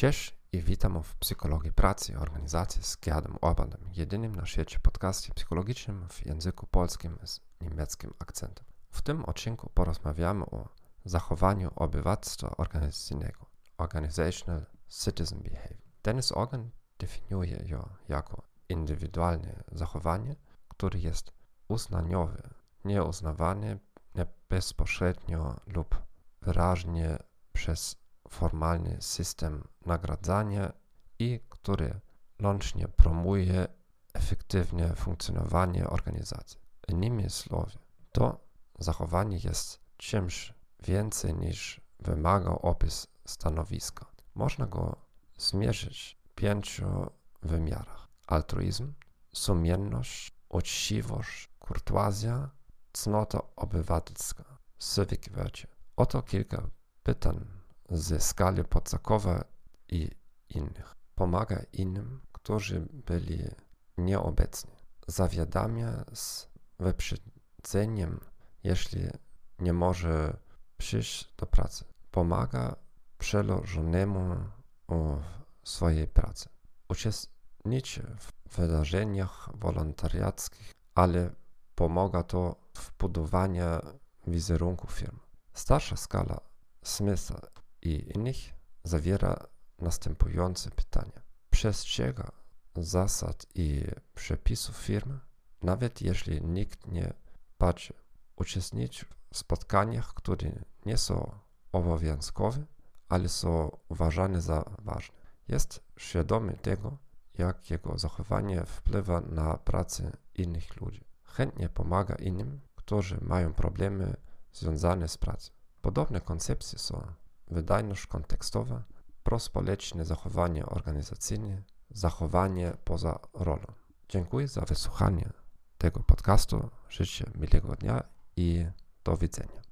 Cześć i witam w Psychologii Pracy i Organizacji z Gerdem Orbanem, jedynym na świecie podcastie psychologicznym w języku polskim z niemieckim akcentem. W tym odcinku porozmawiamy o zachowaniu obywatelstwa organizacyjnego, Organizational Citizen Behavior. Ten slogan definiuje je jako indywidualne zachowanie, które jest uznaniowe, nieuznawane bezpośrednio lub wyraźnie przez formalny system nagradzania i który łącznie promuje efektywne funkcjonowanie organizacji. Innymi słowy, to zachowanie jest czymś więcej niż wymaga opis stanowiska. Można go zmierzyć w 5 wymiarach: altruizm, sumienność, uczciwość, kurtuazja, cnota obywatelska, civic virtue. Oto kilka pytań ze skali Podsakowa i innych. Pomaga innym, którzy byli nieobecni. Zawiadamia z wyprzedzeniem, jeśli nie może przyjść do pracy. Pomaga przełożonemu w swojej pracy. Uczestniczy w wydarzeniach wolontariackich, ale pomaga to w budowaniu wizerunku firmy. Starsza skala Smitha i innych zawiera następujące pytania. Przestrzega zasad i przepisów firmy, nawet jeśli nikt nie patrzy. Uczestniczy w spotkaniach, które nie są obowiązkowe, ale są uważane za ważne. Jest świadomy tego, jak jego zachowanie wpływa na pracę innych ludzi. Chętnie pomaga innym, którzy mają problemy związane z pracą. Podobne koncepcje są wydajność kontekstowa, prospołeczne zachowanie organizacyjne, zachowanie poza rolą. Dziękuję za wysłuchanie tego podcastu. Życzę miłego dnia i do widzenia.